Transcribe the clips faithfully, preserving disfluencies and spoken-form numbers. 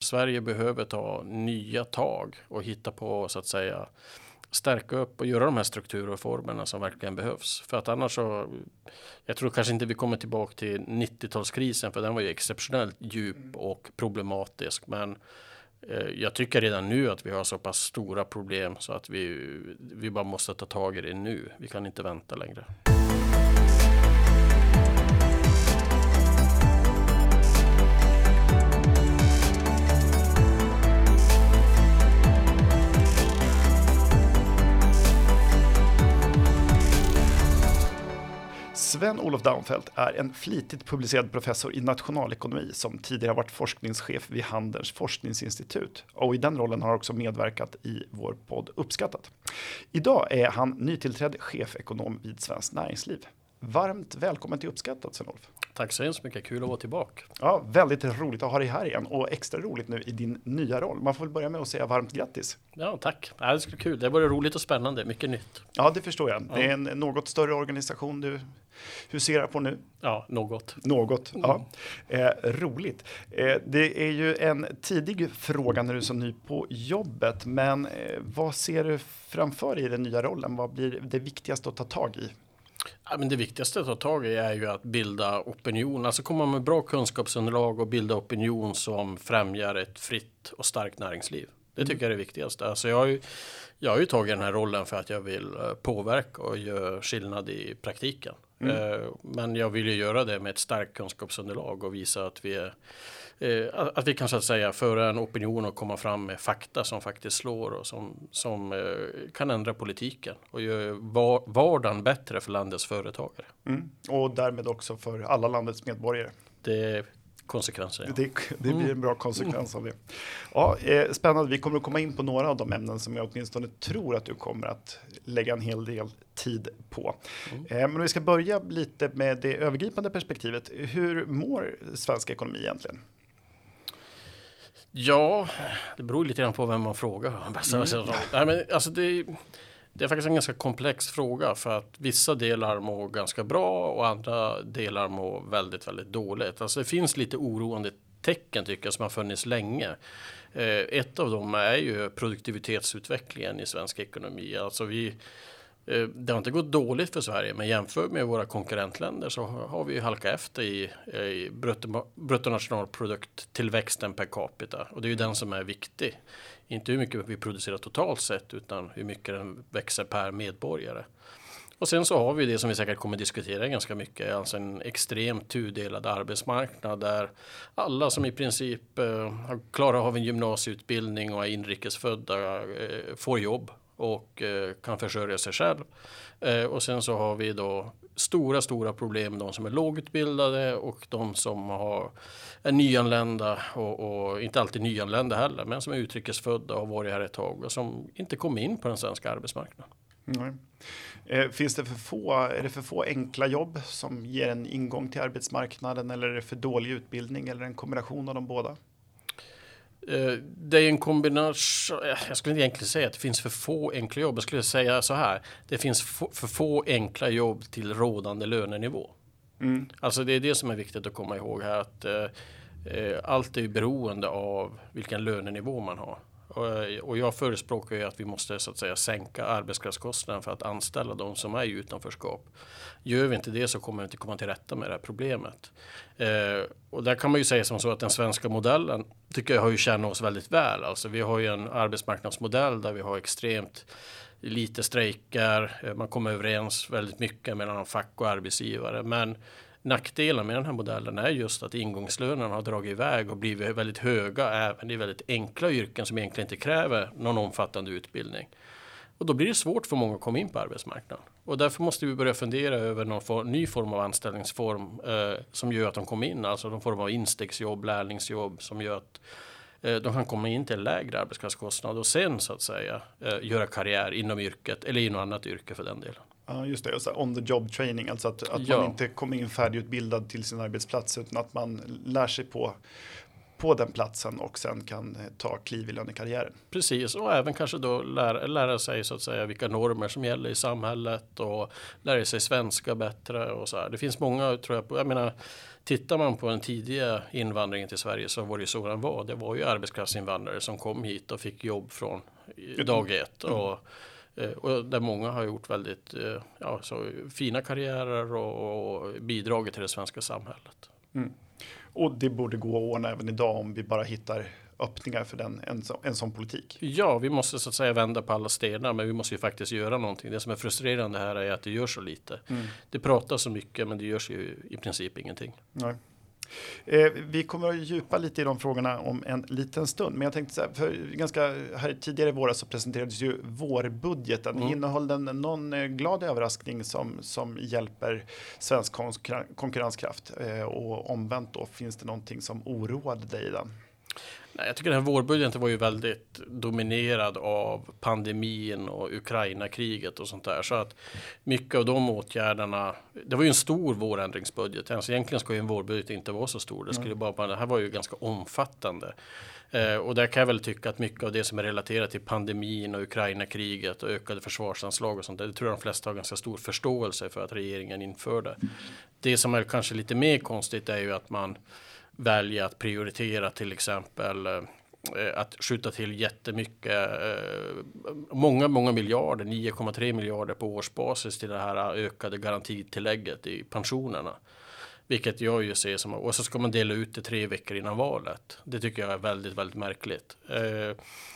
Sverige behöver ta nya tag och hitta på, så att säga, stärka upp och göra de här strukturreformerna som verkligen behövs. För att annars så, jag tror kanske inte vi kommer tillbaka till nittiotalskrisen, för den var ju exceptionellt djup och problematisk. Men eh, jag tycker redan nu att vi har så pass stora problem så att vi, vi bara måste ta tag i det nu. Vi kan inte vänta längre. Sven-Olof Daunfeldt är en flitigt publicerad professor i nationalekonomi som tidigare varit forskningschef vid Handelns forskningsinstitut. Och i den rollen har han också medverkat i vår podd Uppskattat. Idag är han nytillträdd chefekonom vid Svenskt Näringsliv. Varmt välkommen till Uppskattat, Sven-Olof. Tack så hemskt mycket, kul att vara tillbaka. Ja, väldigt roligt att ha dig här igen och extra roligt nu i din nya roll. Man får väl börja med att säga varmt grattis. Ja, tack. Ja, det skulle vara kul. Det var roligt och spännande, mycket nytt. Ja, det förstår jag. Ja. Det är en något större organisation du huserar på nu. Ja, något. Något, Mm. ja. Eh, roligt. Eh, det är ju en tidig fråga när du är så ny på jobbet, men eh, vad ser du framför dig i den nya rollen? Vad blir det viktigaste att ta tag i? Ja, men det viktigaste att ta tag i är ju att bilda opinion. Alltså komma med bra kunskapsunderlag och bilda opinion som främjar ett fritt och starkt näringsliv. Det tycker jag är det viktigaste. Alltså jag har ju, jag har ju tagit den här rollen för att jag vill påverka och göra skillnad i praktiken. Mm. Men jag vill ju göra det med ett starkt kunskapsunderlag och visa att vi är, att vi kan, så att säga, föra en opinion och komma fram med fakta som faktiskt slår och som, som kan ändra politiken och göra vardagen bättre för landets företagare. Mm. Och därmed också för alla landets medborgare. Det är konsekvenser. Ja. Det, det blir en bra konsekvens av det. Ja, eh, spännande. Vi kommer att komma in på några av de ämnen som jag åtminstone tror att du kommer att lägga en hel del tid på. Mm. Eh, men vi ska börja lite med det övergripande perspektivet. Hur mår svensk ekonomi egentligen? Ja, det beror lite grann på vem man frågar. Mm. Nej, men alltså det, det är faktiskt en ganska komplex fråga, för att vissa delar mår ganska bra och andra delar mår väldigt, väldigt dåligt. Alltså det finns lite oroande tecken, tycker jag, som har funnits länge. Eh, ett av dem är ju produktivitetsutvecklingen i svensk ekonomi. Alltså vi, eh, det har inte gått dåligt för Sverige, men jämfört med våra konkurrentländer så har vi ju halkat efter i, i brutto, bruttonationalprodukttillväxten per capita. Och det är ju den som är viktig. Inte hur mycket vi producerar totalt sett, utan hur mycket den växer per medborgare. Och sen så har vi det som vi säkert kommer diskutera ganska mycket, alltså en extremt tudelad arbetsmarknad där alla som i princip eh, klarar av en gymnasieutbildning och är inrikesfödda eh, får jobb och eh, kan försörja sig själv. Eh, och sen så har vi då stora, stora problem med de som är lågutbildade och de som har, är nyanlända och, och inte alltid nyanlända heller, men som är utrikesfödda och har varit här ett tag och som inte kommer in på den svenska arbetsmarknaden. Mm. Eh, finns det för få, är det för få enkla jobb som ger en ingång till arbetsmarknaden, eller är det för dålig utbildning, eller en kombination av de båda? Eh, det är en kombination. Jag skulle inte egentligen säga att det finns för få enkla jobb. Jag skulle säga så här: det finns för få enkla jobb till rådande lönenivå. Mm. Alltså det är det som är viktigt att komma ihåg här, att eh, allt är beroende av vilken lönenivå man har. Och jag förespråkar ju att vi måste, så att säga, sänka arbetskraftskostnaden för att anställa de som är i utanförskap. Gör vi inte det så kommer vi inte komma till rätta med det här problemet. Eh, och där kan man ju säga som så att den svenska modellen tycker jag har ju tjänat oss väldigt väl. Alltså vi har ju en arbetsmarknadsmodell där vi har extremt lite strejkar. Man kommer överens väldigt mycket mellan fack och arbetsgivare. Men nackdelen med den här modellen är just att ingångslönerna har dragit iväg och blivit väldigt höga även i väldigt enkla yrken som egentligen inte kräver någon omfattande utbildning. Och då blir det svårt för många att komma in på arbetsmarknaden. Och därför måste vi börja fundera över någon for, ny form av anställningsform eh, som gör att de kommer in. Alltså någon form av instegsjobb, lärlingsjobb som gör att eh, de kan komma in till en lägre arbetskraftskostnad och sen, så att säga, eh, göra karriär inom yrket eller i något annat yrke för den delen. Ja, just det. Så on the job training, alltså att, att ja. man inte kommer in färdigutbildad till sin arbetsplats utan att man lär sig på, på den platsen och sen kan ta kliv i lönekarriären. Precis, och även kanske då lära, lära sig så att säga vilka normer som gäller i samhället och lära sig svenska bättre och så här. Det finns många, tror jag, på, jag menar, tittar man på den tidiga invandringen till Sverige så var det ju så den var. Det var ju arbetskraftsinvandrare som kom hit och fick jobb från dag ett. Mm. Och, och där många har gjort väldigt ja, så fina karriärer och, och bidragit till det svenska samhället. Mm. Och det borde gå att ordna även idag om vi bara hittar öppningar för den, en, en sån politik. Ja, vi måste så att säga vända på alla stenar, men vi måste ju faktiskt göra någonting. Det som är frustrerande här är att det gör så lite. Mm. Det pratas så mycket, men det görs ju i princip ingenting. Nej. Eh, vi kommer att djupa lite i de frågorna om en liten stund. Men jag tänkte så här, för ganska här tidigare i våras så presenterades ju vårbudgeten. Mm. Innehåll den någon eh, glad överraskning som, som hjälper svensk konkurren- konkurrenskraft? Eh, och omvänt då, finns det någonting som oroade dig i den? Nej, jag tycker den här vårbudgeten var ju väldigt dominerad av pandemin och Ukraina-kriget och sånt där. Så att mycket av de åtgärderna, det var ju en stor vårändringsbudget. Alltså egentligen ska ju en vårbudget inte vara så stor. Det skulle bara, bara det här var ju ganska omfattande. Eh, och där kan jag väl tycka att mycket av det som är relaterat till pandemin och Ukraina-kriget och ökade försvarsanslag och sånt där, det tror jag de flesta har ganska stor förståelse för att regeringen införde. Det som är kanske lite mer konstigt är ju att man välja att prioritera till exempel eh, att skjuta till jättemycket, eh, många, många miljarder, nio komma tre miljarder på årsbasis till det här ökade garantitillägget i pensionerna. Vilket jag ju ser som, och så ska man dela ut det tre veckor innan valet. Det tycker jag är väldigt, väldigt märkligt. Eh,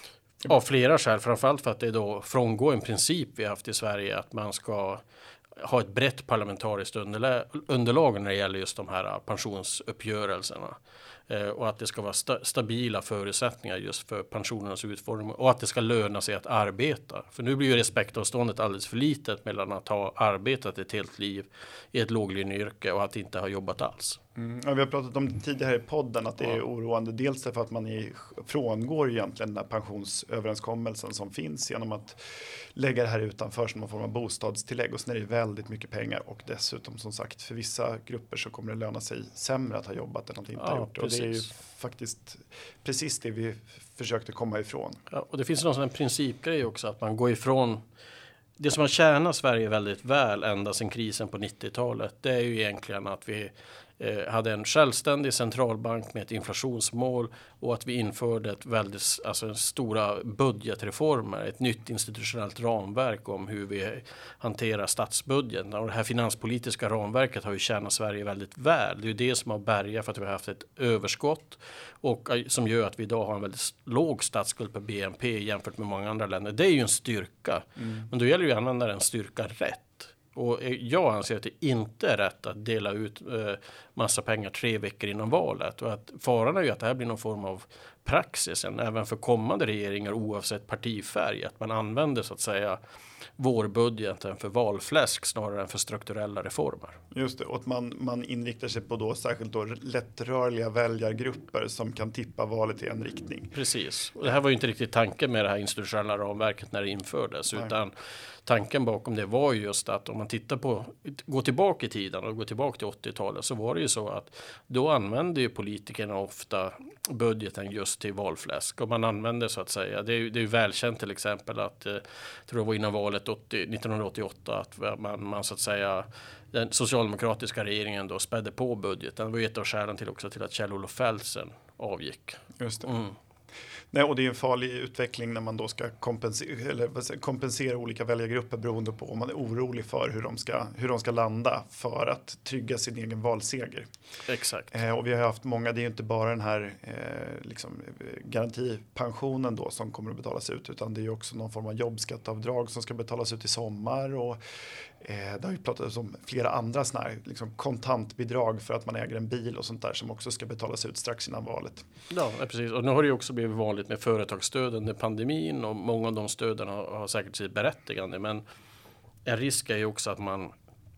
av flera skäl, framförallt för att det då frångår en princip vi har haft i Sverige att man ska ha ett brett parlamentariskt underlag, underlag när det gäller just de här pensionsuppgörelserna. Eh, och att det ska vara sta- stabila förutsättningar just för pensionernas utformning och att det ska löna sig att arbeta. För nu blir ju respektavståndet alldeles för litet mellan att ha arbetat ett helt liv i ett låglöneyrke och att inte ha jobbat alls. Mm. Ja, vi har pratat om tidigare i podden att det är oroande. Dels därför att man är, frångår egentligen den här pensionsöverenskommelsen som finns genom att lägga det här utanför som någon form av bostadstillägg. Och sen är det väldigt mycket pengar och dessutom som sagt för vissa grupper så kommer det löna sig sämre att ha jobbat än att inte ja, ha gjort det. Och det är ju faktiskt precis det vi försökte komma ifrån. Ja, och det finns någon sån principgrej också att man går ifrån det som har tjänat Sverige väldigt väl ända sedan krisen på nittiotalet. Det är ju egentligen att vi eh, hade en självständig centralbank med ett inflationsmål och att vi införde ett väldigt alltså, stora budgetreformer, ett nytt institutionellt ramverk om hur vi hanterar statsbudgeten. Och det här finanspolitiska ramverket har ju tjänat Sverige väldigt väl. Det är ju det som har bärgat för att vi har haft ett överskott och som gör att vi idag har en väldigt låg statsskuld per B N P jämfört med många andra länder. Det är ju en styrka. Mm. Men då gäller det ju att använda den styrkan rätt. Och jag anser att det inte är rätt att dela ut eh, massa pengar tre veckor innan valet. Och att faran är ju att det här blir någon form av praxisen även för kommande regeringar oavsett partifärg. Att man använder så att säga vårbudgeten för valfläsk snarare än för strukturella reformer. Just det, och att man, man inriktar sig på då särskilt då lättrörliga väljargrupper som kan tippa valet i en riktning. Precis, och det här var ju inte riktigt tanken med det här institutionella ramverket när det infördes. Nej. Utan tanken bakom det var ju just att om man tittar på, gå tillbaka i tiden och gå tillbaka till åttiotalet så var det ju så att då använde ju politikerna ofta budgeten just till valfläsk. Och man använde så att säga, det är ju, det är ju välkänt till exempel att, eh, tror det var innan valet åttio, nittonhundraåttioåtta att man, man så att säga den socialdemokratiska regeringen då spädde på budgeten. Det var ju ett av skälen till också till att Kjell-Olof Feldt avgick. Just det. Mm. Nej, och det är en farlig utveckling när man då ska kompensera, eller kompensera olika väljargrupper beroende på om man är orolig för hur de ska, hur de ska landa för att trygga sin egen valseger. Exakt. Eh, och vi har haft många, det är ju inte bara den här eh, liksom, garantipensionen då som kommer att betalas ut utan det är ju också någon form av jobbskatteavdrag som ska betalas ut i sommar och eh, det har ju pratats om flera andra såna här liksom, kontantbidrag för att man äger en bil och sånt där som också ska betalas ut strax innan valet. Ja, precis. Och nu har det ju också blivit vanligt med företagsstöd under pandemin och många av de stöden har, har säkert sitt berättigande, men en risk är ju också att man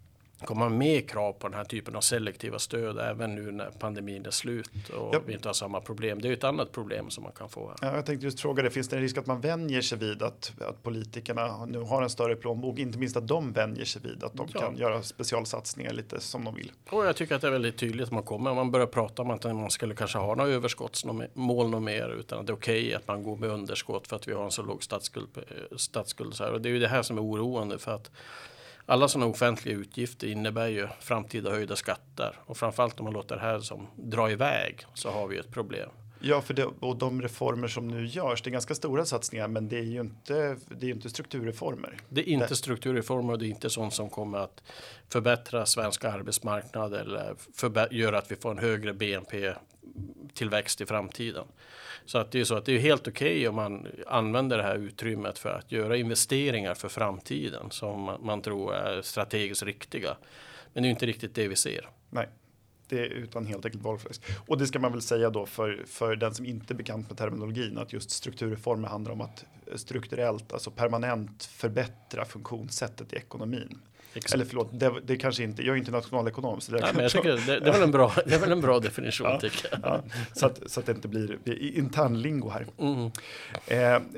komma med krav på den här typen av selektiva stöd även nu när pandemin är slut och ja. vi inte har samma problem. Det är ju ett annat problem som man kan få här. Ja, jag tänkte just fråga det, finns det en risk att man vänjer sig vid att, att politikerna nu har en större plånbok, inte minst att de vänjer sig vid att de ja. kan göra specialsatsningar lite som de vill? Och jag tycker att det är väldigt tydligt att man kommer, man börjar prata om att man skulle kanske ha några överskottsmål något mer, utan att det är okej att man går med underskott för att vi har en så låg statsskuld, statsskuld så här. Och det är ju det här som är oroande, för att alla sådana offentliga utgifter innebär ju framtida höjda skatter. Och framförallt om man låter det här som dra iväg så har vi ett problem. Ja, för det, och de reformer som nu görs, det är ganska stora satsningar, men det är ju inte, det är inte strukturreformer. Det är inte det... strukturreformer och det är inte sånt som kommer att förbättra svenska arbetsmarknad eller förbä- göra att vi får en högre B N P-tillväxt i framtiden. Så att det är så att det är helt okej okay om man använder det här utrymmet för att göra investeringar för framtiden som man, man tror är strategiskt riktiga. Men det är inte riktigt det vi ser. Nej, det är utan helt enkelt valfläsk. Och det ska man väl säga då för, för den som inte är bekant med terminologin, att just strukturreformer handlar om att strukturellt, alltså permanent förbättra funktionssättet i ekonomin. Exakt. Eller förlåt, det, det kanske inte, jag är inte nationalekonom. Så det, Nej, men jag tycker, det, det, är väl en bra, det är väl en bra definition ja, tycker jag. Ja, så, att, så att det inte blir internlingo här. Mm. Eh, eh,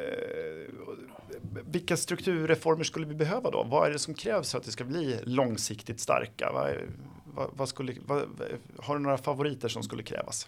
vilka strukturreformer skulle vi behöva då? Vad är det som krävs för att det ska bli långsiktigt starka? Vad, är, vad, vad skulle, vad, har du några favoriter som skulle krävas?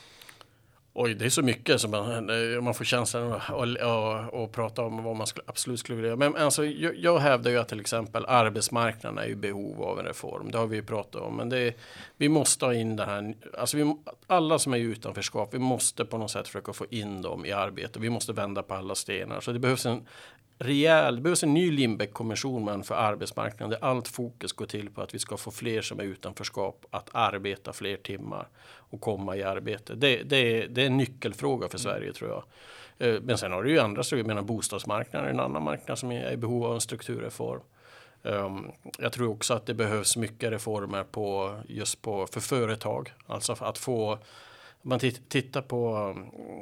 Oj, det är så mycket som man, man får chansen att och, och, och prata om vad man skulle, absolut skulle vilja göra. Men alltså, jag, jag hävdar ju att till exempel arbetsmarknaden är i behov av en reform. Det har vi ju pratat om. Men det, vi måste ha in det här. Alltså vi, alla som är i utanförskap, vi måste på något sätt försöka få in dem i arbete. Vi måste vända på alla stenar. Så det behövs en rejäl, det behövs en ny Lindbeck-kommission men för arbetsmarknaden. Där allt fokus går till på att vi ska få fler som är utanförskap att arbeta fler timmar och komma i arbete. Det, det, det är en nyckelfråga för Sverige mm. tror jag. Men sen har det ju andra strukturer. Jag menar bostadsmarknaden är en annan marknad som är i behov av en strukturreform. Um, jag tror också att det behövs mycket reformer på, just på, för företag. Alltså för att få man tittar på,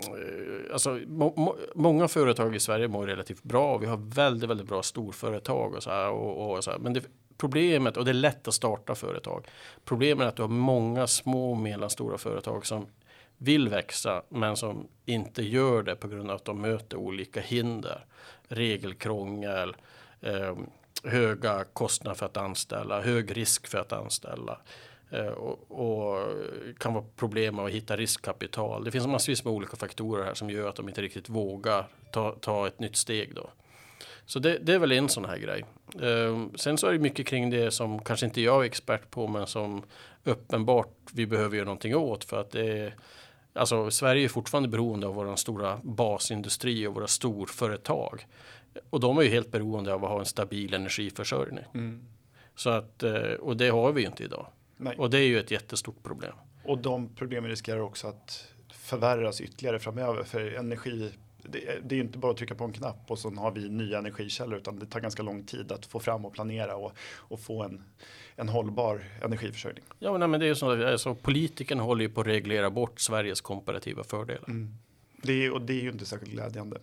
alltså må, må, många företag i Sverige mår relativt bra och vi har väldigt, väldigt bra storföretag och så här, och, och så här. Men det, problemet, och det är lätt att starta företag, problemet är att du har många små och mellanstora företag som vill växa men som inte gör det på grund av att de möter olika hinder, regelkrångel, eh, höga kostnader för att anställa, hög risk för att anställa. Och, och kan vara problem med att hitta riskkapital. Det finns massvis med olika faktorer här som gör att de inte riktigt vågar ta, ta ett nytt steg då. Så det, det är väl en sån här grej. Um, sen så är det mycket kring det som kanske inte jag är expert på men som uppenbart vi behöver göra någonting åt för att det är, alltså Sverige är fortfarande beroende av våra stora basindustri och våra storföretag. Och de är ju helt beroende av att ha en stabil energiförsörjning. Mm. Så att, och det har vi ju inte idag. Nej. Och det är ju ett jättestort problem. Och de problemen riskerar också att förvärras ytterligare framöver. För energi, det, det är ju inte bara att trycka på en knapp och så har vi nya energikällor. Utan det tar ganska lång tid att få fram och planera och, och få en, en hållbar energiförsörjning. Ja, men det är ju så att alltså, politikerna håller ju på att reglera bort Sveriges komparativa fördelar. Mm. Det är, och det är ju inte särskilt glädjande.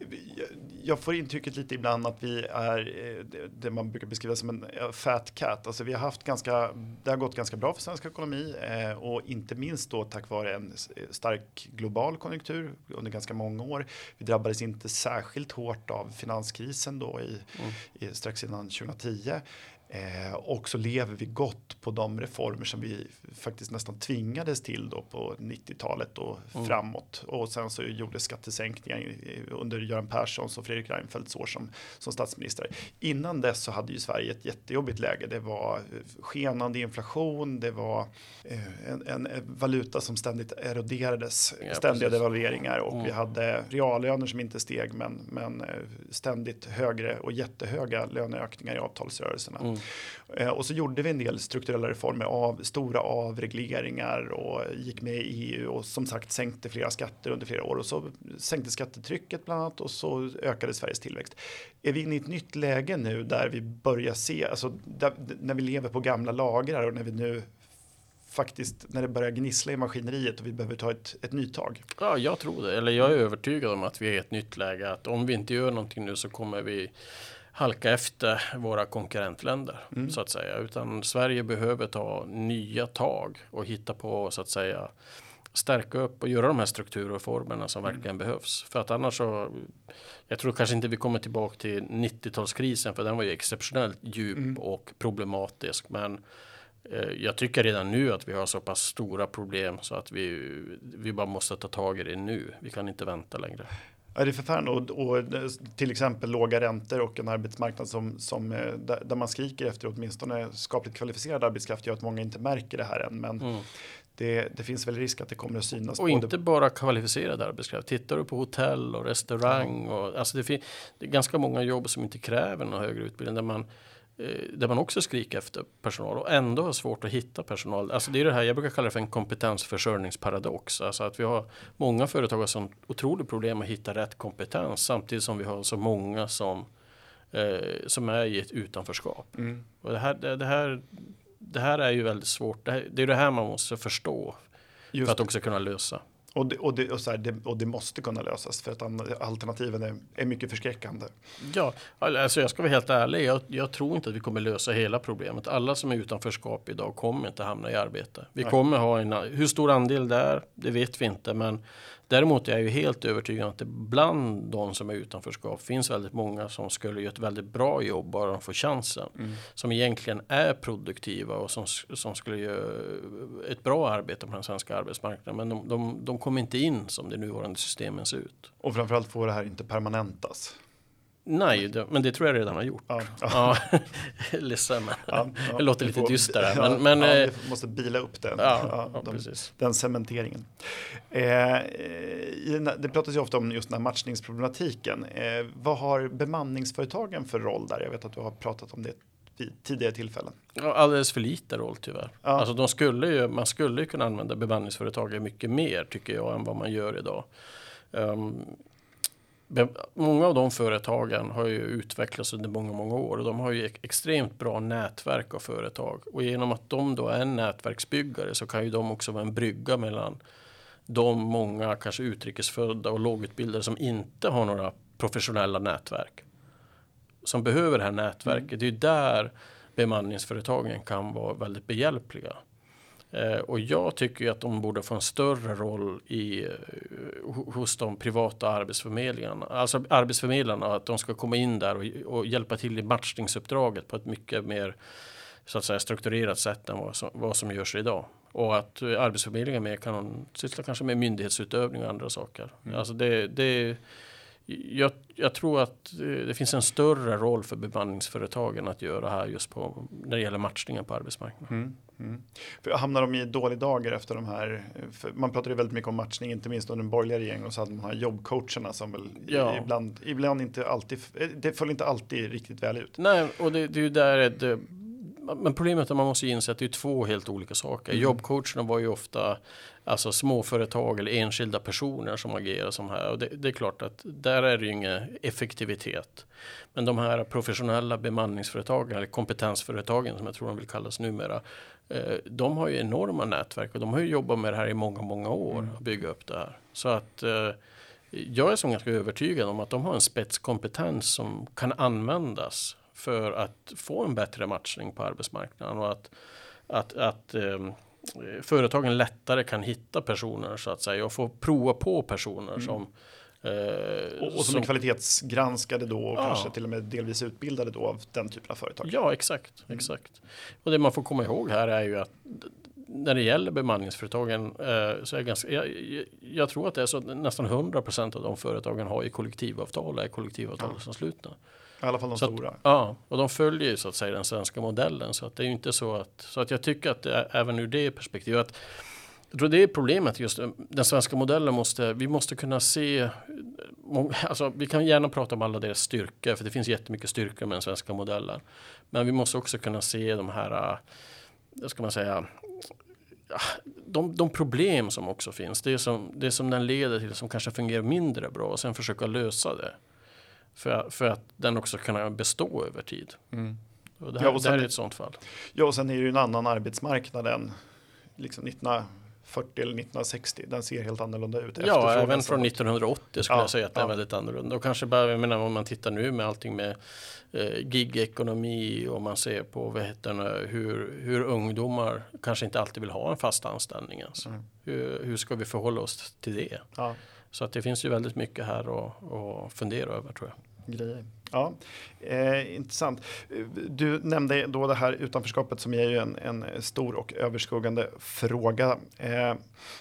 Jag får intrycket lite ibland att vi är det man brukar beskriva som en fat cat. Alltså vi har haft ganska, det har gått ganska bra för svensk ekonomi och inte minst då tack vare en stark global konjunktur under ganska många år. Vi drabbades inte särskilt hårt av finanskrisen då i, mm. i strax innan tjugohundratio. Eh, och så lever vi gott på de reformer som vi faktiskt nästan tvingades till då på nittiotalet och mm. framåt. Och sen så gjorde skattesänkningar under Göran Perssons och Fredrik Reinfeldts år som, som statsminister. Innan dess så hade ju Sverige ett jättejobbigt läge. Det var skenande inflation, det var eh, en, en valuta som ständigt eroderades, ja, ständiga precis. devalveringar och mm. vi hade reallöner som inte steg men, men ständigt högre och jättehöga löneökningar i avtalsrörelserna. Mm. Och så gjorde vi en del strukturella reformer av stora avregleringar och gick med i E U och som sagt sänkte flera skatter under flera år och så sänkte skattetrycket bland annat och så ökade Sveriges tillväxt. Är vi inne i ett nytt läge nu där vi börjar se, alltså där, när vi lever på gamla lagrar och när vi nu faktiskt, när det börjar gnissla i maskineriet och vi behöver ta ett, ett nytag? Ja, jag tror det. Eller jag är övertygad om att vi är i ett nytt läge. Att om vi inte gör någonting nu så kommer vi halka efter våra konkurrentländer Mm. så att säga. Utan Sverige behöver ta nya tag och hitta på så att säga stärka upp och göra de här strukturreformerna som verkligen mm. behövs. För att annars så, jag tror kanske inte vi kommer tillbaka till nittiotalskrisen för den var ju exceptionellt djup mm. och problematisk. Men eh, jag tycker redan nu att vi har så pass stora problem så att vi, vi bara måste ta tag i det nu. Vi kan inte vänta längre. Ja, det är förfärande och, och till exempel låga räntor och en arbetsmarknad som, som, där, där man skriker efter åtminstone skapligt kvalificerad arbetskraft gör att många inte märker det här än. Men mm. det, det finns väl risk att det kommer att synas. Och både... inte bara kvalificerad arbetskraft. Tittar du på hotell och restaurang. Ja. Och, alltså det, fin- det är ganska många jobb som inte kräver någon högre utbildning. Där man, eh, där man också skriker efter personal och ändå har svårt att hitta personal. Alltså det är det här, jag brukar kalla det för en kompetensförsörjningsparadox. Alltså att vi har många företag som har otroligt problem att hitta rätt kompetens. Samtidigt som vi har så många som, eh, som är i ett utanförskap. Mm. Och det här... Det, det här Det här är ju väldigt svårt. Det, här, det är det här man måste förstå Just för att också kunna lösa. Och det, och, det, och, så här, det, och det måste kunna lösas för att alternativen är, är mycket förskräckande. Ja, alltså jag ska vara helt ärlig. Jag, jag tror inte att vi kommer lösa hela problemet. Alla som är utanförskap idag kommer inte hamna i arbete. Vi Nej. kommer ha en... Hur stor andel det är, det vet vi inte. Men däremot är jag ju helt övertygad om att det bland de som är utanförskap finns väldigt många som skulle göra ett väldigt bra jobb bara de får chansen. Mm. Som egentligen är produktiva och som, som skulle göra ett bra arbete på den svenska arbetsmarknaden. Men de, de, de kommer inte in som det nuvarande systemen ser ut. Och framförallt får det här inte permanentas. Nej, det, men det tror jag redan har gjort. Ja, ja. ja. Ledsen, men ja, ja, det låter lite får, dystrare. Ja, men, men, ja, vi måste bila upp den, ja, ja, ja, de, precis. den cementeringen. Eh, i, det pratas ju ofta om just den här matchningsproblematiken. Eh, vad har bemanningsföretagen för roll där? Jag vet att du har pratat om det vid tidigare tillfällen. Ja, alldeles för lite roll tyvärr. Ja. Alltså de skulle ju, man skulle ju kunna använda bemanningsföretagen mycket mer tycker jag än vad man gör idag. Um, Många av de företagen har ju utvecklats under många, många år och de har ju extremt bra nätverk av företag. Och genom att de då är nätverksbyggare så kan ju de också vara en brygga mellan de många kanske utrikesfödda och lågutbildade som inte har några professionella nätverk. Som behöver det här nätverket. Mm. Det är ju där bemanningsföretagen kan vara väldigt behjälpliga. Eh, och jag tycker ju att de borde få en större roll i, eh, hos de privata arbetsförmedlingarna. Alltså arbetsförmedlarna, att de ska komma in där och, och hjälpa till i matchningsuppdraget på ett mycket mer så att säga, strukturerat sätt än vad som, vad som görs idag. Och att eh, arbetsförmedlingar mer kan syssla kanske med myndighetsutövning och andra saker. Mm. Alltså det, det, jag, jag tror att det finns en större roll för bemanningsföretagen att göra här just på, när det gäller matchningen på arbetsmarknaden. Mm. Mm. För hamnar de i dåliga dagar efter de här, man pratade väldigt mycket om matchning, inte minst under den borgerliga regeringen, och så hade man de här jobbcoacherna som väl ja. ibland, ibland inte alltid, det föll inte alltid riktigt väl ut. Nej, och det, det är ju där det, men problemet är att man måste inse att det är två helt olika saker. Mm. Jobbcoacherna var ju ofta alltså småföretag eller enskilda personer som agerar som här. Och det, det är klart att där är det ju ingen effektivitet. Men de här professionella bemanningsföretagen eller kompetensföretagen som jag tror de vill kallas numera, eh, de har ju enorma nätverk och de har ju jobbat med det här i många, många år mm. att bygga upp det här. Så att eh, jag är så ganska övertygad om att de har en spetskompetens som kan användas för att få en bättre matchning på arbetsmarknaden och att, att, att eh, företagen lättare kan hitta personer så att säga och få prova på personer mm. som eh, och, och som, som är kvalitetsgranskade då och ja. kanske till och med delvis utbildade då av den typen av företag. Ja, exakt, mm. exakt. Och det man får komma ihåg här är ju att när det gäller bemanningsföretagen eh, så är ganska, jag, jag tror att det är så att nästan hundra procent av de företagen har ju kollektivavtal, är kollektivavtal ja. som slutna. I alla fall de så stora. Att, ja, och de följer ju så att säga den svenska modellen. Så att det är ju inte så att, så att jag tycker att det är, även ur det perspektivet, jag tror det är problemet just den svenska modellen måste, vi måste kunna se, alltså vi kan gärna prata om alla deras styrkor, för det finns jättemycket styrkor med den svenska modellen. Men vi måste också kunna se de här, vad ska man säga, de, de problem som också finns. Det är som, det som den leder till som kanske fungerar mindre bra och sen försöka lösa det. För, för att den också kan bestå över tid. Mm. Och det här, ja, och det här är ett sånt fall. Ja, och sen är det ju en annan arbetsmarknad än liksom nittonhundrafemtio fyrtio eller nittonhundrasextio. Den ser helt annorlunda ut. Ja, även från nittonhundraåttio skulle ja, jag säga att det ja. är väldigt annorlunda. Och kanske bara, jag menar, om man tittar nu med allting med eh, gigekonomi och man ser på vad heter det, hur, hur ungdomar kanske inte alltid vill ha en fast anställning. Alltså. Mm. Hur, hur ska vi förhålla oss till det? Ja. Så att det finns ju väldigt mycket här att, att fundera över, tror jag. Grejer. Ja, eh, intressant. Du nämnde då det här utanförskapet som är ju en, en stor och överskuggande fråga. Eh,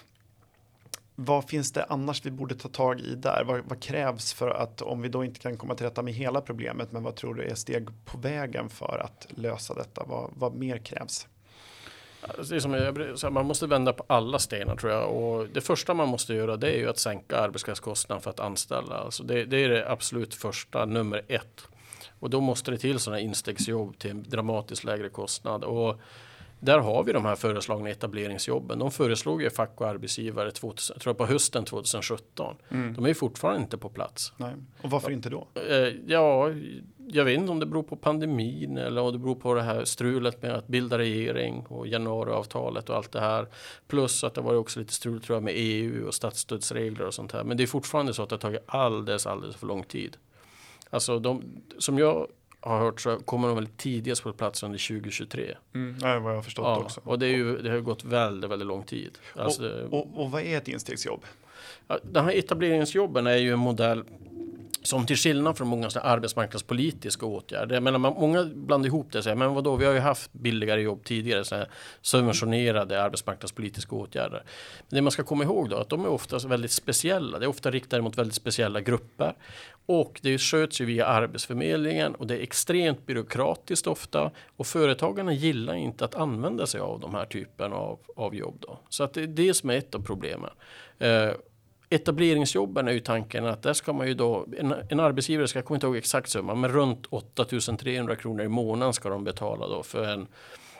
vad finns det annars vi borde ta tag i där? Vad, vad krävs för att, om vi då inte kan komma till rätta med hela problemet, men vad tror du är steg på vägen för att lösa detta? Vad, vad mer krävs? Det är som jag, man måste vända på alla stenar, tror jag. Och det första man måste göra, det är ju att sänka arbetskraftskostnaden för att anställa. Alltså det, det är det absolut första, nummer ett. Och då måste det till sådana instegsjobb till en dramatiskt lägre kostnad. Och där har vi de här föreslagna etableringsjobben. De föreslog ju fack och arbetsgivare tvåtusen, jag tror på hösten tjugosjutton. Mm. De är ju fortfarande inte på plats. Nej. Och varför inte då? Eh, ja, jag vet inte om det beror på pandemin eller om det beror på det här strulet med att bilda regering och januariavtalet och allt det här. Plus att det var också lite strul, tror jag, med E U och statsstödsregler och sånt här. Men det är fortfarande så att det har tagit alldeles, alldeles för lång tid. Alltså de, som jag har hört så kommer de väl tidigast på plats under tjugohundratjugotre. Mm. Ja, vad jag har förstått ja, också. Och det, är ju, det har gått väldigt, väldigt lång tid. Alltså, och, och, och vad är ett instegsjobb? Ja, den här etableringsjobben är ju en modell som till skillnad från många arbetsmarknadspolitiska åtgärder. Jag menar, många blandar ihop det och säger, men vadå, vi har ju haft billigare jobb tidigare, så här subventionerade arbetsmarknadspolitiska åtgärder. Men det man ska komma ihåg då, att de är ofta väldigt speciella. Det är ofta riktade mot väldigt speciella grupper. Och det sköts ju via Arbetsförmedlingen och det är extremt byråkratiskt ofta. Och företagarna gillar inte att använda sig av de här typen av, av jobb då. Så att det är det som är ett av problemen. Eh, Etableringsjobben är ju tanken att där ska man ju då, en, en arbetsgivare ska, jag kommer inte ihåg exakt summa, men runt åtta tusen trehundra kronor i månaden ska de betala då för en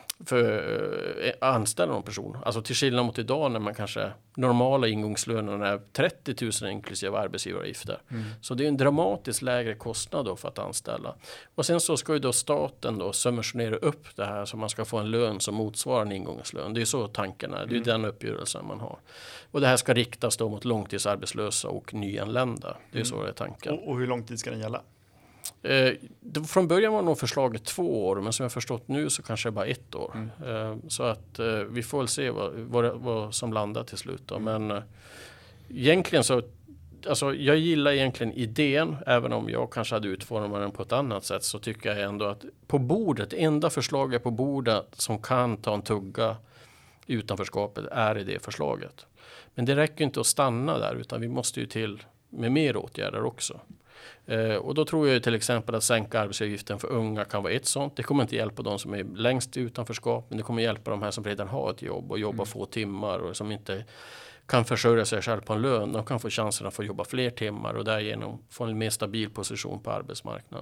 för eh, anställa någon person. Alltså till skillnad mot idag när man kanske normala ingångslönerna är trettio tusen inklusive arbetsgivaravgifter. Mm. Så det är en dramatiskt lägre kostnad då för att anställa. Och sen så ska ju då staten då subventionera upp det här så man ska få en lön som motsvarar en ingångslön. Det är så tanken är. Det är mm. den uppgörelsen man har. Och det här ska riktas då mot långtidsarbetslösa och nyanlända. Det är mm. så det är tanken. Och, och hur lång tid ska den gälla? Eh, det, från början var nog förslaget två år, men som jag förstått nu så kanske det bara ett år. Mm. Eh, så att eh, vi får väl se vad, vad, vad som landar till slut då. Mm. Men eh, egentligen så, alltså jag gillar egentligen idén, även om jag kanske hade utformat den på ett annat sätt, så tycker jag ändå att på bordet, enda förslaget på bordet som kan ta en tugga utanförskapet är i det förslaget. Men det räcker inte att stanna där, utan vi måste ju till med mer åtgärder också. Eh, och då tror jag till exempel att sänka arbetsgivaravgiften för unga kan vara ett sånt. Det kommer inte hjälpa de som är längst i utanförskap, men det kommer hjälpa de här som redan har ett jobb och jobbar mm. få timmar och som inte kan försörja sig själv på en lön. De kan få chansen att få jobba fler timmar och därigenom få en mer stabil position på arbetsmarknaden.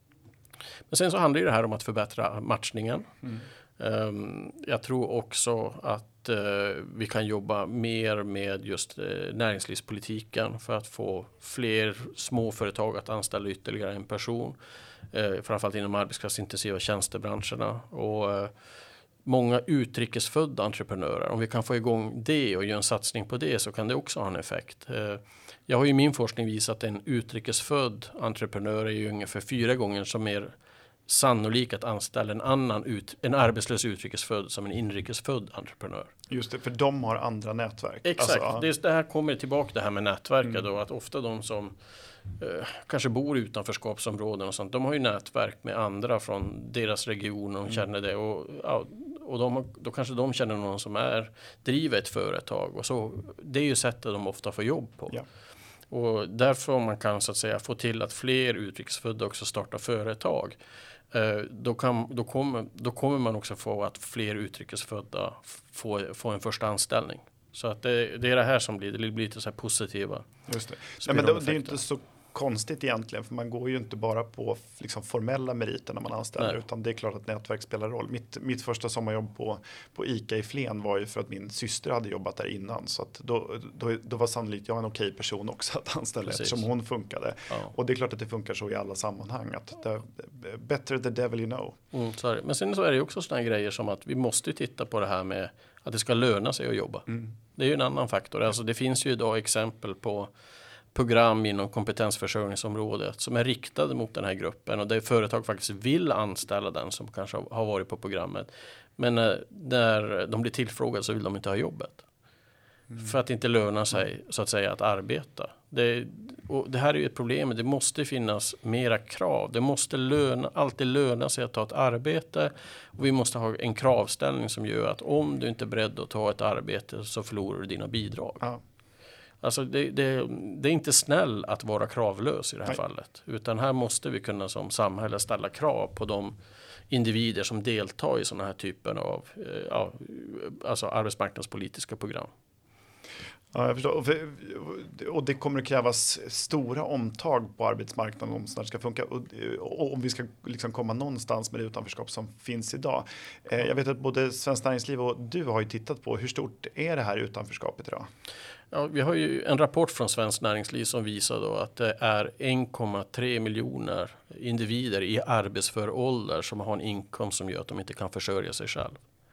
Men sen så handlar det här om att förbättra matchningen. Mm. Um, jag tror också att uh, vi kan jobba mer med just uh, näringslivspolitiken för att få fler småföretag att anställa ytterligare en person. Uh, framförallt inom arbetskraftsintensiva tjänstebranscherna. Och uh, många utrikesfödda entreprenörer. Om vi kan få igång det och göra en satsning på det så kan det också ha en effekt. Uh, jag har i min forskning visat att en utrikesfödd entreprenör är ju ungefär fyra gånger som mer sannolikt att anställa en annan ut, en arbetslös utrikesfödd som en inrikesfödd entreprenör. Just det, för de har andra nätverk. Exakt, alltså, det, det här kommer tillbaka det här med nätverket mm. då, att ofta de som eh, kanske bor i utanförskapsområden och sånt, de har ju nätverk med andra från deras region och de mm. känner det och, ja, och de har, då kanske de känner någon som är driver ett företag och så, det är ju sättet de ofta får jobb på. Ja. Och därför man kan så att säga få till att fler utrikesfödda också startar företag. Eh, då, kan, då, kommer, då kommer man också få att fler utrikesfödda får, får en första anställning. Så att det, det är det här som blir, det blir lite så här positiva. Just det. Nej, men det, det är inte så konstigt egentligen, för man går ju inte bara på liksom formella meriter när man anställer, Nej. utan det är klart att nätverk spelar roll. Mitt, mitt första sommarjobb på, på ICA i Flen var ju för att min syster hade jobbat där innan, så att då, då, då var sannolikt jag en okej person också att anställa. Precis. Eftersom hon funkade. Ja. Och det är klart att det funkar så i alla sammanhang, att the, better the devil you know. Mm, så är det. Men sen så är det ju också sådana grejer som att vi måste titta på det här med att det ska löna sig att jobba. Mm. Det är ju en annan faktor. Alltså det finns ju idag exempel på program inom kompetensförsörjningsområdet som är riktade mot den här gruppen, och där företag faktiskt vill anställa den som kanske har varit på programmet. Men när, när de blir tillfrågade så vill de inte ha jobbet. Mm. För att det inte lönar sig så att säga att arbeta. Det, och det här är ju ett problem. Det måste finnas mera krav. Det måste löna, alltid löna sig att ta ett arbete. Och vi måste ha en kravställning som gör att om du inte är beredd att ta ett arbete så förlorar du dina bidrag. Ja. Alltså det, det, det är inte snäll att vara kravlös i det här Nej. fallet. Utan här måste vi kunna som samhälle ställa krav på de individer som deltar i sådana här typer av ja, alltså arbetsmarknadspolitiska program. Ja, jag förstår. Och det kommer att krävas stora omtag på arbetsmarknaden om det ska funka. Och om vi ska liksom komma någonstans med det utanförskap som finns idag. Jag vet att både Svenskt Näringsliv och du har ju tittat på hur stort är det här utanförskapet idag? Ja, vi har ju en rapport från Svenskt Näringsliv som visar då att det är en komma tre miljoner individer i arbetsför ålder som har en inkomst som gör att de inte kan försörja sig själv.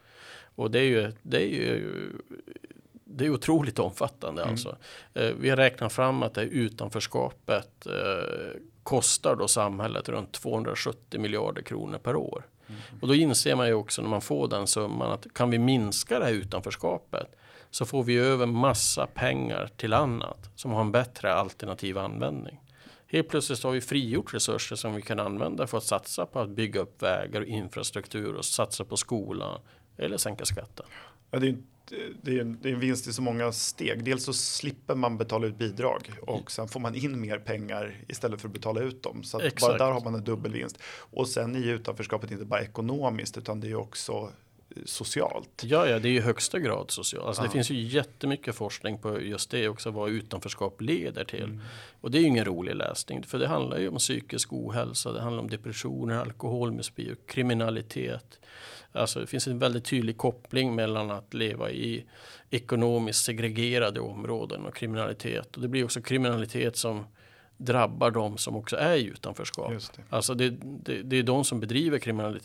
Och det är ju, det är ju det är otroligt omfattande. Mm. Alltså. Eh, vi har räknat fram att det utanförskapet eh, kostar då samhället runt tvåhundrasjuttio miljarder kronor per år. Mm. Och då inser man ju också när man får den summan att kan vi minska det här utanförskapet så får vi över massa pengar till annat som har en bättre alternativ användning. Helt plötsligt har vi frigjort resurser som vi kan använda för att satsa på att bygga upp vägar och infrastruktur och satsa på skolan eller sänka skatten. Ja, det är Det är, en, det är en vinst i så många steg. Dels så slipper man betala ut bidrag och sen får man in mer pengar istället för att betala ut dem. Så att bara där har man en dubbelvinst. Och sen är ju utanförskapet inte bara ekonomiskt utan det är också socialt. Ja, ja, det är i högsta grad socialt. Alltså, ja. Det finns ju jättemycket forskning på just det också, vad utanförskap leder till. Mm. Och det är ju ingen rolig läsning, för det handlar ju om psykisk ohälsa, det handlar om depressioner, alkoholmissbruk, kriminalitet. Alltså det finns en väldigt tydlig koppling mellan att leva i ekonomiskt segregerade områden och kriminalitet. Och det blir också kriminalitet som drabbar de som också är i utanförskap. Just det. Alltså det, det, det är de som bedriver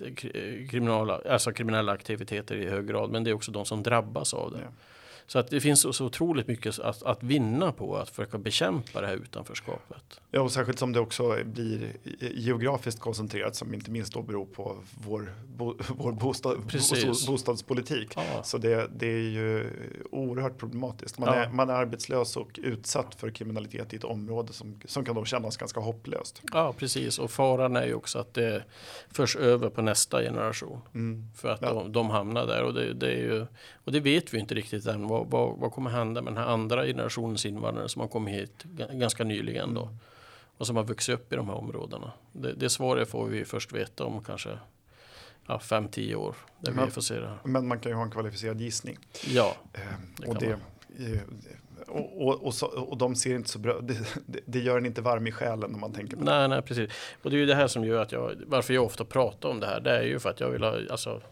kriminella, alltså kriminella aktiviteter i hög grad, men det är också de som drabbas av det. Ja. Så att det finns så otroligt mycket att, att vinna på att försöka bekämpa det här utanförskapet. Ja, och särskilt som det också blir geografiskt koncentrerat, som inte minst då beror på vår, bo, vår bostad, bo, bostadspolitik. Ja. Så det, det är ju oerhört problematiskt. Man, ja. är, man är arbetslös och utsatt för kriminalitet i ett område som, som kan då kännas ganska hopplöst. Ja, precis. Och faran är ju också att det förs över på nästa generation. Mm. För att ja. de, de hamnar där. Och det, det är ju, och det vet vi inte riktigt än. Vad, vad, vad kommer hända med den här andra generationens invandrare som har kommit hit g- ganska nyligen då. Och som har vuxit upp i de här områdena. Det, det svaret får vi först veta om kanske ja, fem, tio år. Där men, vi får se det här. Men man kan ju ha en kvalificerad gissning. Ja, det och, det, och, och, och, så, och de ser inte så bra. Det, det, det gör en inte varm i själen när man tänker på det. Nej, nej, precis. Och det är ju det här som gör att jag, varför jag ofta pratar om det här. Det är ju för att jag vill ha, alltså,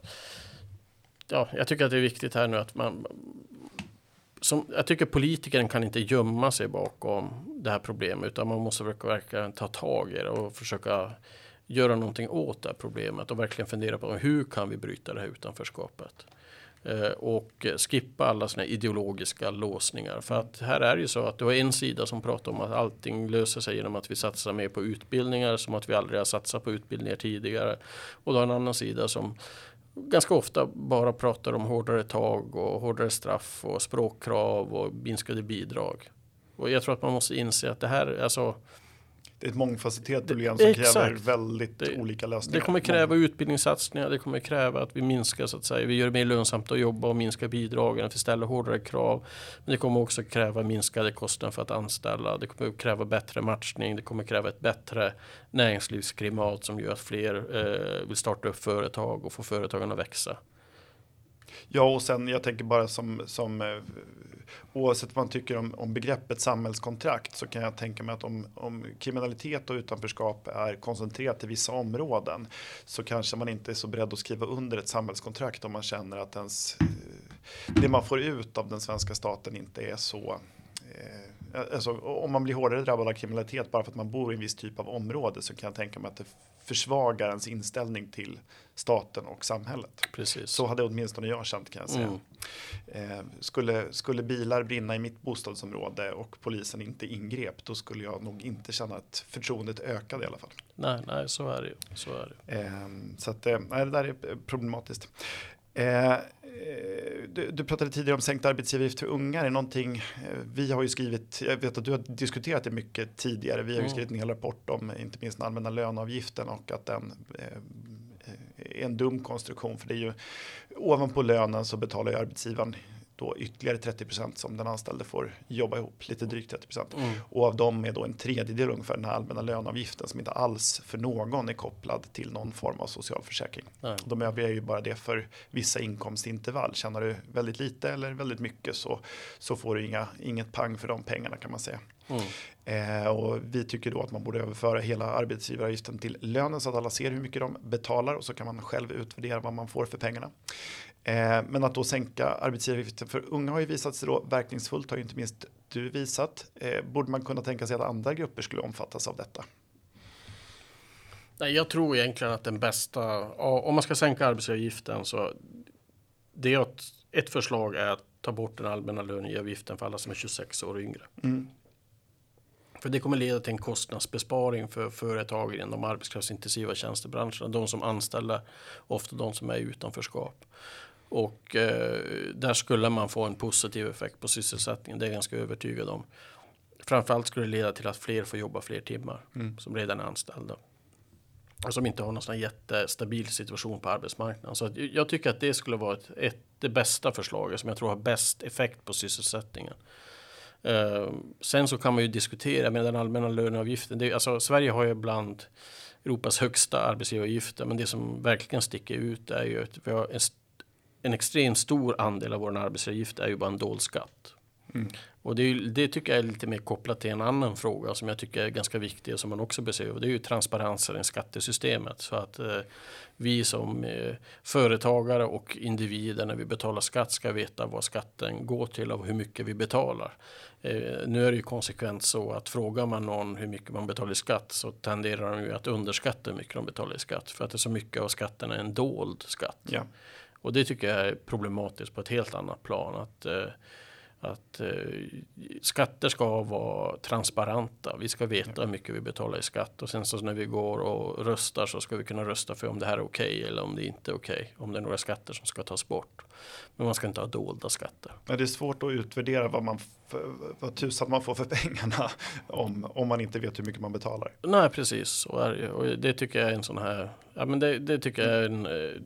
ja, jag tycker att det är viktigt här nu att man, som, jag tycker politikern kan inte gömma sig bakom det här problemet, utan man måste verkligen ta tag i det och försöka göra någonting åt det här problemet och verkligen fundera på hur kan vi bryta det här utanförskapet. Eh, och skippa alla såna ideologiska låsningar. För att här är det ju så att du har en sida som pratar om att allting löser sig genom att vi satsar mer på utbildningar, som att vi aldrig har satsat på utbildningar tidigare. Och då har en annan sida som ganska ofta bara pratar om hårdare tag och hårdare straff och språkkrav och minskade bidrag. Och jag tror att man måste inse att det här, alltså, det är ett mångfacetterat problem som exakt. kräver väldigt det, olika lösningar. Det kommer kräva utbildningssatsningar, det kommer kräva att vi minskar så att säga, vi gör det mer lönsamt att jobba och minska bidragen, att vi ställer hårdare krav. Men det kommer också kräva minskade kostnader för att anställa, det kommer kräva bättre matchning, det kommer kräva ett bättre näringslivsklimat som gör att fler eh, vill starta upp företag och få företagen att växa. Ja, och sen jag tänker bara som, som eh, oavsett vad man tycker om, om begreppet samhällskontrakt, så kan jag tänka mig att om, om kriminalitet och utanförskap är koncentrerat till vissa områden, så kanske man inte är så beredd att skriva under ett samhällskontrakt om man känner att ens, eh, det man får ut av den svenska staten inte är så... Eh, Alltså, om man blir hårdare drabbad av kriminalitet bara för att man bor i en viss typ av område, så kan jag tänka mig att det försvagar ens inställning till staten och samhället. Precis. Så hade åtminstone jag känt, kan jag säga. Mm. Eh, skulle, skulle bilar brinna i mitt bostadsområde och polisen inte ingrep, då skulle jag nog inte känna att förtroendet ökade i alla fall. Nej, nej så är det. Så är det. Eh, så att, eh, nej, det där är problematiskt. Eh, du, du pratade tidigare om sänkt arbetsgivaravgift för unga. Är det någonting, eh, vi har ju skrivit, jag vet att du har diskuterat det mycket tidigare. Vi har ju mm. skrivit en hel rapport om inte minst den allmänna löneavgiften och att den eh, är en dum konstruktion. För det är ju ovanpå lönen så betalar ju arbetsgivaren då ytterligare trettio procent som den anställde får jobba ihop, lite drygt trettio procent. Mm. Och av dem är då en tredjedel ungefär den här allmänna löneavgiften som inte alls för någon är kopplad till någon form av socialförsäkring. Mm. De övriga är ju bara det för vissa inkomstintervall. Tjänar du väldigt lite eller väldigt mycket, så, så får du inga, inget pang för de pengarna, kan man säga. Mm. Eh, och vi tycker då att man borde överföra hela arbetsgivaravgiften till lönen, så att alla ser hur mycket de betalar, och så kan man själv utvärdera vad man får för pengarna. Eh, men att då sänka arbetsgivaravgiften för unga har ju visat sig då verkningsfullt, har ju inte minst du visat. Eh, borde man kunna tänka sig att andra grupper skulle omfattas av detta? Nej, jag tror egentligen att den bästa, om man ska sänka arbetsgivaravgiften, så det är ett, ett förslag är att ta bort den allmänna löneavgiften för alla som är tjugosex år och yngre. Mm. För det kommer leda till en kostnadsbesparing för företag i de arbetskraftsintensiva tjänstebranscherna. De som anställer, ofta de som är i utanförskap. Och eh, där skulle man få en positiv effekt på sysselsättningen. Det är jag ganska övertygad om. Framförallt skulle det leda till att fler får jobba fler timmar mm. som redan är anställda. Och som inte har någon sån jättestabil situation på arbetsmarknaden. Så att jag tycker att det skulle vara ett, ett, det bästa förslaget som jag tror har bäst effekt på sysselsättningen. Uh, sen så kan man ju diskutera med den allmänna löneavgiften. Det, alltså, Sverige har ju bland Europas högsta arbetsgivaravgifter, men det som verkligen sticker ut är ju att vi har en, en extremt stor andel av vår arbetsgivaravgift är ju bara en dold skatt. Mm. Och det, är, det tycker jag är lite mer kopplat till en annan fråga som jag tycker är ganska viktig och som man också bör se över. Det är ju transparensen i skattesystemet, så att eh, vi som eh, företagare och individer när vi betalar skatt ska veta vad skatten går till och hur mycket vi betalar. Eh, nu är det ju konsekvent så att frågar man någon hur mycket man betalar i skatt, så tenderar de ju att underskatta hur mycket de betalar i skatt, för att det är så mycket av skatten är en dold skatt. Ja. Och det tycker jag är problematiskt på ett helt annat plan, att eh, att eh, skatter ska vara transparenta. Vi ska veta hur mycket vi betalar i skatt, och sen så när vi går och röstar så ska vi kunna rösta för om det här är okej eller om det inte är okej. Om det är några skatter som ska tas bort. Men man ska inte ha dolda skatter. Men det är svårt att utvärdera vad, man för, vad tusan man får för pengarna om, om man inte vet hur mycket man betalar. Nej, precis. Så är det. Och det tycker jag är en sån här... Ja, men det, det tycker jag är en... Eh,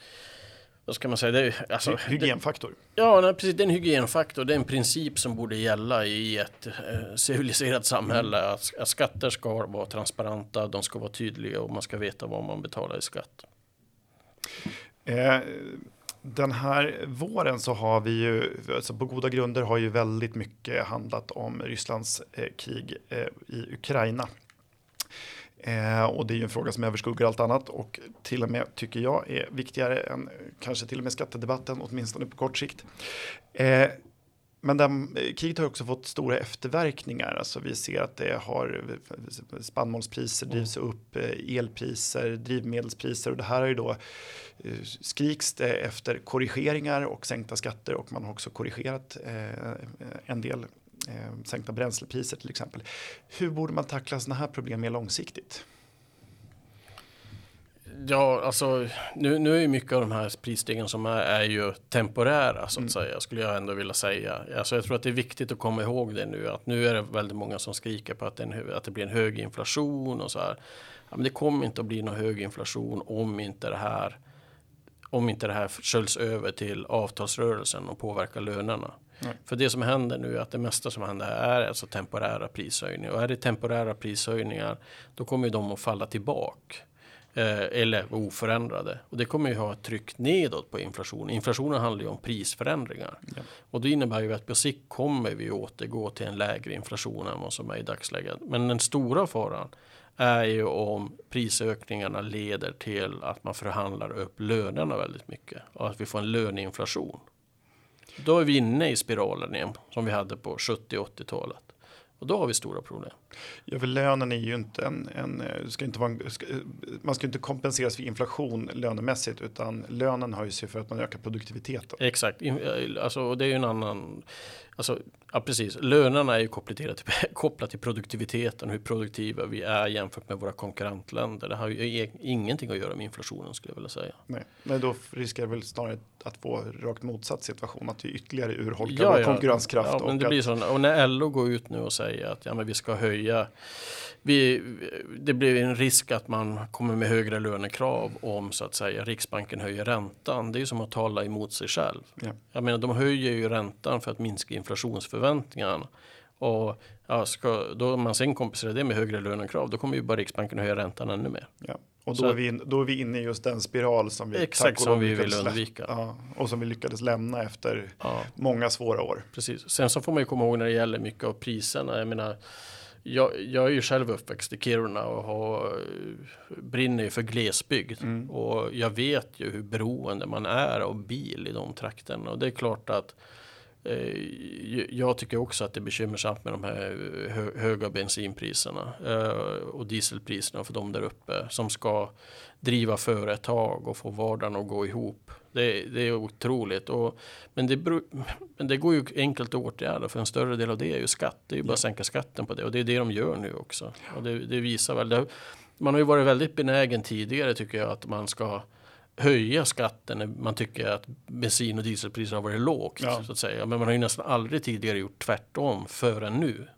vad ska man säga? Det är, alltså, hygienfaktor. Det, ja, nej, precis. Det är en hygienfaktor. Det är en princip som borde gälla i ett eh, civiliserat samhälle. Mm. Att, att skatter ska vara transparenta, de ska vara tydliga och man ska veta vad man betalar i skatt. Eh, den här våren så har vi ju, alltså på goda grunder har ju väldigt mycket handlat om Rysslands eh, krig eh, i Ukraina. Eh, och det är ju en fråga som överskuggar allt annat och till och med tycker jag är viktigare än kanske till och med skattedebatten, åtminstone på kort sikt. Eh, men den, kriget har också fått stora efterverkningar. Alltså vi ser att det har spannmålspriser drivs upp, elpriser, drivmedelspriser, och det här är ju då skriks det efter korrigeringar och sänkta skatter, och man har också korrigerat eh, en del Eh, sänkta bränslepriser till exempel. Hur borde man tackla sådana här problem mer långsiktigt? Ja, alltså nu, nu är ju mycket av de här prisstegen som är, är ju temporära så att mm. säga, skulle jag ändå vilja säga. Alltså jag tror att det är viktigt att komma ihåg det nu, att nu är det väldigt många som skriker på att det, en, att det blir en hög inflation och så här. Ja, men det kommer inte att bli någon hög inflation om inte det här om inte det här sköljs över till avtalsrörelsen och påverkar lönerna. Nej. För det som händer nu är att det mesta som händer är alltså temporära prishöjningar. Och är det temporära prishöjningar, då kommer de att falla tillbaka. eh, eller oförändrade. Och det kommer ju ha ett tryck nedåt på inflationen. Inflationen handlar ju om prisförändringar. Ja. Och det innebär ju att på sikt kommer vi återgå till en lägre inflation än vad som är i dagsläget. Men den stora faran är ju om prisökningarna leder till att man förhandlar upp lönerna väldigt mycket och att vi får en löneinflation. Då är vi inne i spiralen igen som vi hade på sjuttio- och åttiotalet. Och då har vi stora problem. Ja, för lönen är ju inte en, en ska inte vara en, ska, man ska inte kompenseras för inflation lönemässigt, utan lönen har ju sig för att man ökar produktiviteten. Exakt, alltså, och det är ju en annan, alltså, ja precis, lönerna är ju kopplat till, kopplat till produktiviteten, hur produktiva vi är jämfört med våra konkurrentländer. Det har ju ingenting att göra med inflationen, skulle jag vilja säga. Nej, men då riskerar väl snarare att få rakt motsatt situation, att vi ytterligare urholkar ja, vår ja, konkurrenskraft. Ja, men och det att... blir så, och när L O går ut nu och säger att ja, men vi ska höja, vi, det blir en risk att man kommer med högre lönekrav om så att säga Riksbanken höjer räntan. Det är ju som att tala emot sig själv. Ja. Jag menar, de höjer ju räntan för att minska inflationsförväntningarna. Och ja, ska, då om man sen kompenserar det med högre lönekrav, då kommer ju bara Riksbanken höja räntan ännu mer. Ja. Och då är, vi in, då är vi inne i just den spiral som vi, exakt som vi vill undvika. Ja, och som vi lyckades lämna efter ja. många svåra år. Precis. Sen så får man ju komma ihåg när det gäller mycket av priserna. Jag menar, jag, jag är ju själv uppväxt i Kiruna och har, brinner ju för glesbygd. Mm. Och jag vet ju hur beroende man är av bil i de trakterna. Och det är klart att eh, jag tycker också att det är bekymmersamt med de här hö, höga bensinpriserna eh, och dieselpriserna för de där uppe som ska driva företag och få vardagen att gå ihop. Det, det är otroligt. Och, men, det beror, men det går ju enkelt att åtgärda, för en större del av det är ju skatt. Det är ju bara att sänka skatten på det. Och det är det de gör nu också. Och det, det visar väl. Det, man har ju varit väldigt benägen tidigare, tycker jag, att man ska höja skatten när man tycker att bensin- och dieselpriser har varit lågt. Ja. Så att säga. Men man har ju nästan aldrig tidigare gjort tvärtom förrän nu.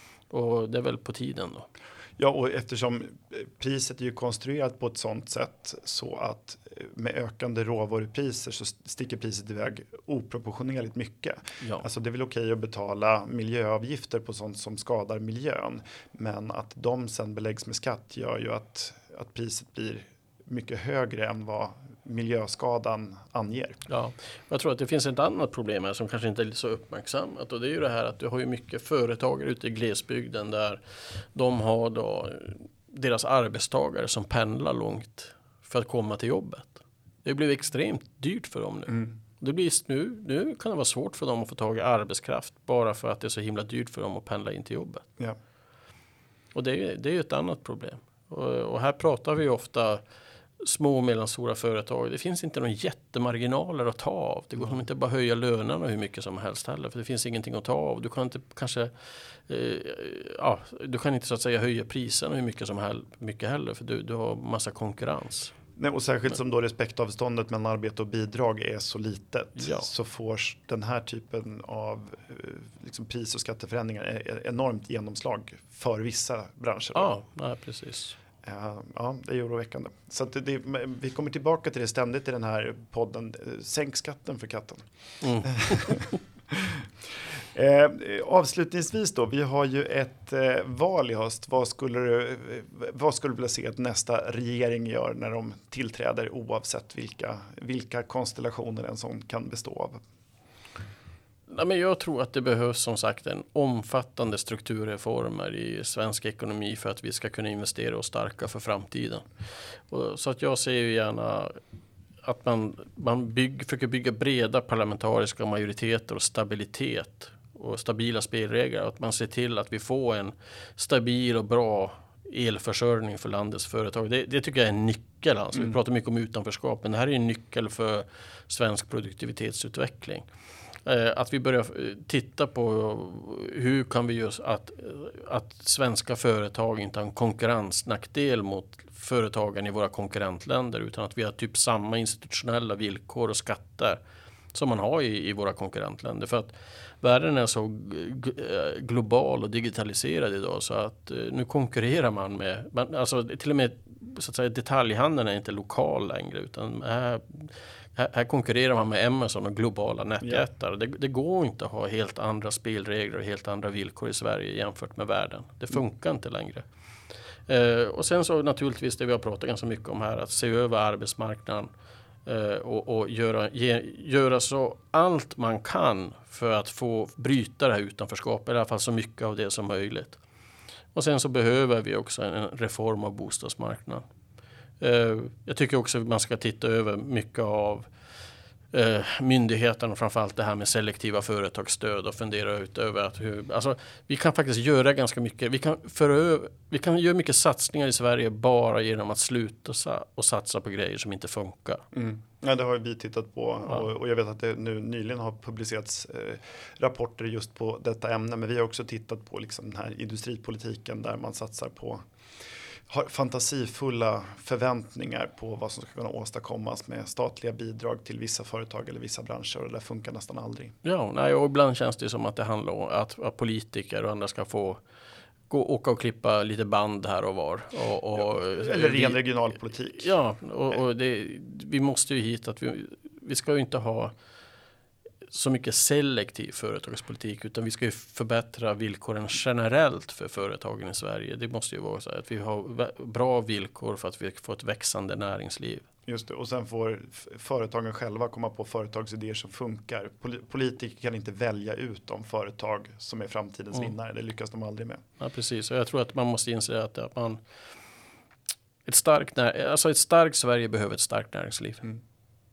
Och det är väl på tiden då. Ja, och eftersom priset är ju konstruerat på ett sådant sätt så att med ökande råvarupriser så sticker priset iväg oproportionerligt mycket. Ja. Alltså det är väl okej att betala miljöavgifter på sånt som skadar miljön, men att de sen beläggs med skatt gör ju att, att priset blir mycket högre än vad miljöskadan anger. Ja, jag tror att det finns ett annat problem här som kanske inte är så uppmärksammat, och det är ju det här att du har ju mycket företagare ute i glesbygden där de har då deras arbetstagare som pendlar långt för att komma till jobbet. Det blir extremt dyrt för dem nu. Mm. Det blir nu, nu kan det vara svårt för dem att få tag i arbetskraft bara för att det är så himla dyrt för dem att pendla in till jobbet. Ja. Och det är, det är ju ett annat problem. Och, och här pratar vi ju ofta små och mellanstora företag. Det finns inte någon jättemarginaler att ta av. Det går mm. inte bara höja lönerna hur mycket som helst heller, för det finns ingenting att ta av. Du kan inte kanske eh, ja, du kan inte så att säga höja priserna hur mycket som helst, mycket heller, för du, du har massa konkurrens. Nej, och särskilt som då respektavståndet mellan arbete och bidrag är så litet, ja. Så får den här typen av liksom pris- och skatteförändringar är enormt genomslag för vissa branscher. Ja, nej, precis. Ja, det är oroväckande. Så att det, vi kommer tillbaka till det ständigt i den här podden. Sänk skatten för katten. Mm. eh, avslutningsvis då, vi har ju ett eh, val i höst. Vad skulle du, vad skulle du vilja se att nästa regering gör när de tillträder, oavsett vilka, vilka konstellationer en sån kan bestå av? Ja, men jag tror att det behövs som sagt en omfattande strukturreformer i svensk ekonomi för att vi ska kunna investera och stärka för framtiden. Och så att jag ser ju gärna att man, man bygg, försöker bygga breda parlamentariska majoriteter och stabilitet och stabila spelregler. Att man ser till att vi får en stabil och bra elförsörjning för landets företag. Det, det tycker jag är en nyckel. Alltså. Mm. Vi pratar mycket om utanförskap, men det här är en nyckel för svensk produktivitetsutveckling. Att vi börjar titta på hur kan vi just att, att svenska företag inte har en konkurrensnackdel mot företagen i våra konkurrentländer, utan att vi har typ samma institutionella villkor och skatter som man har i, i våra konkurrentländer. För att världen är så global och digitaliserad idag, så att nu konkurrerar man med, man, alltså till och med så att säga, detaljhandeln är inte lokal längre, utan är här, här konkurrerar man med Amazon och globala nätjättar. Det, det går inte att ha helt andra spelregler och helt andra villkor i Sverige jämfört med världen. Det funkar mm. inte längre. Eh, och sen så naturligtvis det vi har pratat ganska mycket om här, att se över arbetsmarknaden eh, och, och göra, ge, göra så allt man kan för att få bryta det här utanförskapet, i alla fall så mycket av det som möjligt. Och sen så behöver vi också en reform av bostadsmarknaden. Eh, jag tycker också att man ska titta över mycket av eh, myndigheterna och framförallt det här med selektiva företagsstöd och fundera ut över att hur, alltså vi kan faktiskt göra ganska mycket, vi kan föröver, vi kan göra mycket satsningar i Sverige bara genom att sluta sa- och satsa på grejer som inte funkar. Mm. Ja, det har vi tittat på ja. och, och jag vet att det nu nyligen har publicerats eh, rapporter just på detta ämne, men vi har också tittat på liksom den här industripolitiken där man satsar på har fantasifulla förväntningar på vad som ska kunna åstadkommas med statliga bidrag till vissa företag eller vissa branscher, och det funkar nästan aldrig. Ja, nej, och ibland känns det som att det handlar om att, att politiker och andra ska få gå, åka och klippa lite band här och var. Och, och, ja, eller ren regionalpolitik. Ja, och, och det, vi måste ju hit att vi, vi ska ju inte ha så mycket selektiv företagspolitik, utan vi ska ju förbättra villkoren generellt för företagen i Sverige. Det måste ju vara så att vi har bra villkor för att vi får ett växande näringsliv. Just det, och sen får företagen själva komma på företagsidéer som funkar. Politiker kan inte välja ut de företag som är framtidens mm. vinnare. Det lyckas de aldrig med. Ja, precis. Och jag tror att man måste inse att, att man ett starkt, alltså ett starkt Sverige behöver ett starkt näringsliv. Mm.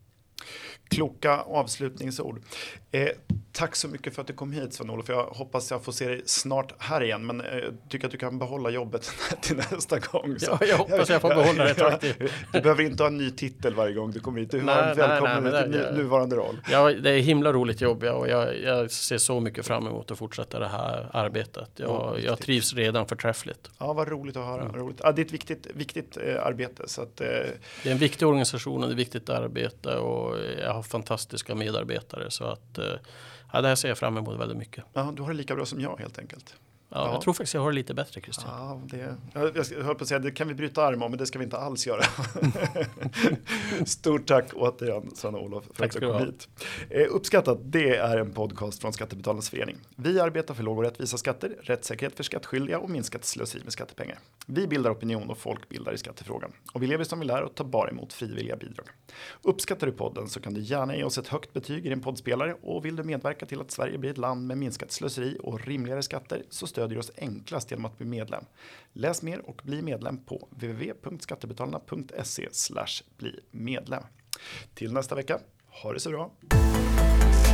Kloka avslutningsord. Eh, tack så mycket för att du kom hit, Sven-Olof. Jag hoppas jag får se dig snart här igen, men jag eh, tycker att du kan behålla jobbet till nästa gång. Så. Ja, jag hoppas jag får behålla det. Ja, du behöver inte ha en ny titel varje gång du kommer hit. Du är välkommen nej, nej, till det, nuvarande roll. Ja, det är himla roligt jobb ja, och jag, jag ser så mycket fram emot att fortsätta det här arbetet. Jag, ja, jag trivs redan förträffligt. Ja, vad roligt att höra. Mm. Roligt. Ja, det är ett viktigt, viktigt eh, arbete. Så att, eh... Det är en viktig organisation och det är viktigt arbete, och jag har fantastiska medarbetare, så att ja, det här ser jag fram emot väldigt mycket. Ja, du har det lika bra som jag helt enkelt. Ja, ja. Jag tror faktiskt jag har det lite bättre, Christian. Ja, det, jag, jag höll på att säga, det kan vi bryta arm om, men det ska vi inte alls göra. Stort tack återigen, Sven-Olof, för tack att du kom hit. Eh, uppskattat, det är en podcast från Skattebetalarnas förening. Vi arbetar för låg och rättvisa skatter, rättssäkerhet för skattskyldiga och minskat slöseri med skattepengar. Vi bildar opinion och folk bildar i skattefrågan. Och vi lever som vi lär och tar bara emot frivilliga bidrag. Uppskattar du podden så kan du gärna ge oss ett högt betyg i din poddspelare, och vill du medverka till att Sverige blir ett land med minskat slöseri och rimligare skatter, så stödjer oss enklast genom att bli medlem. Läs mer och bli medlem på w w w punkt skattebetalarna punkt se slash bli medlem. Till nästa vecka, ha det så bra!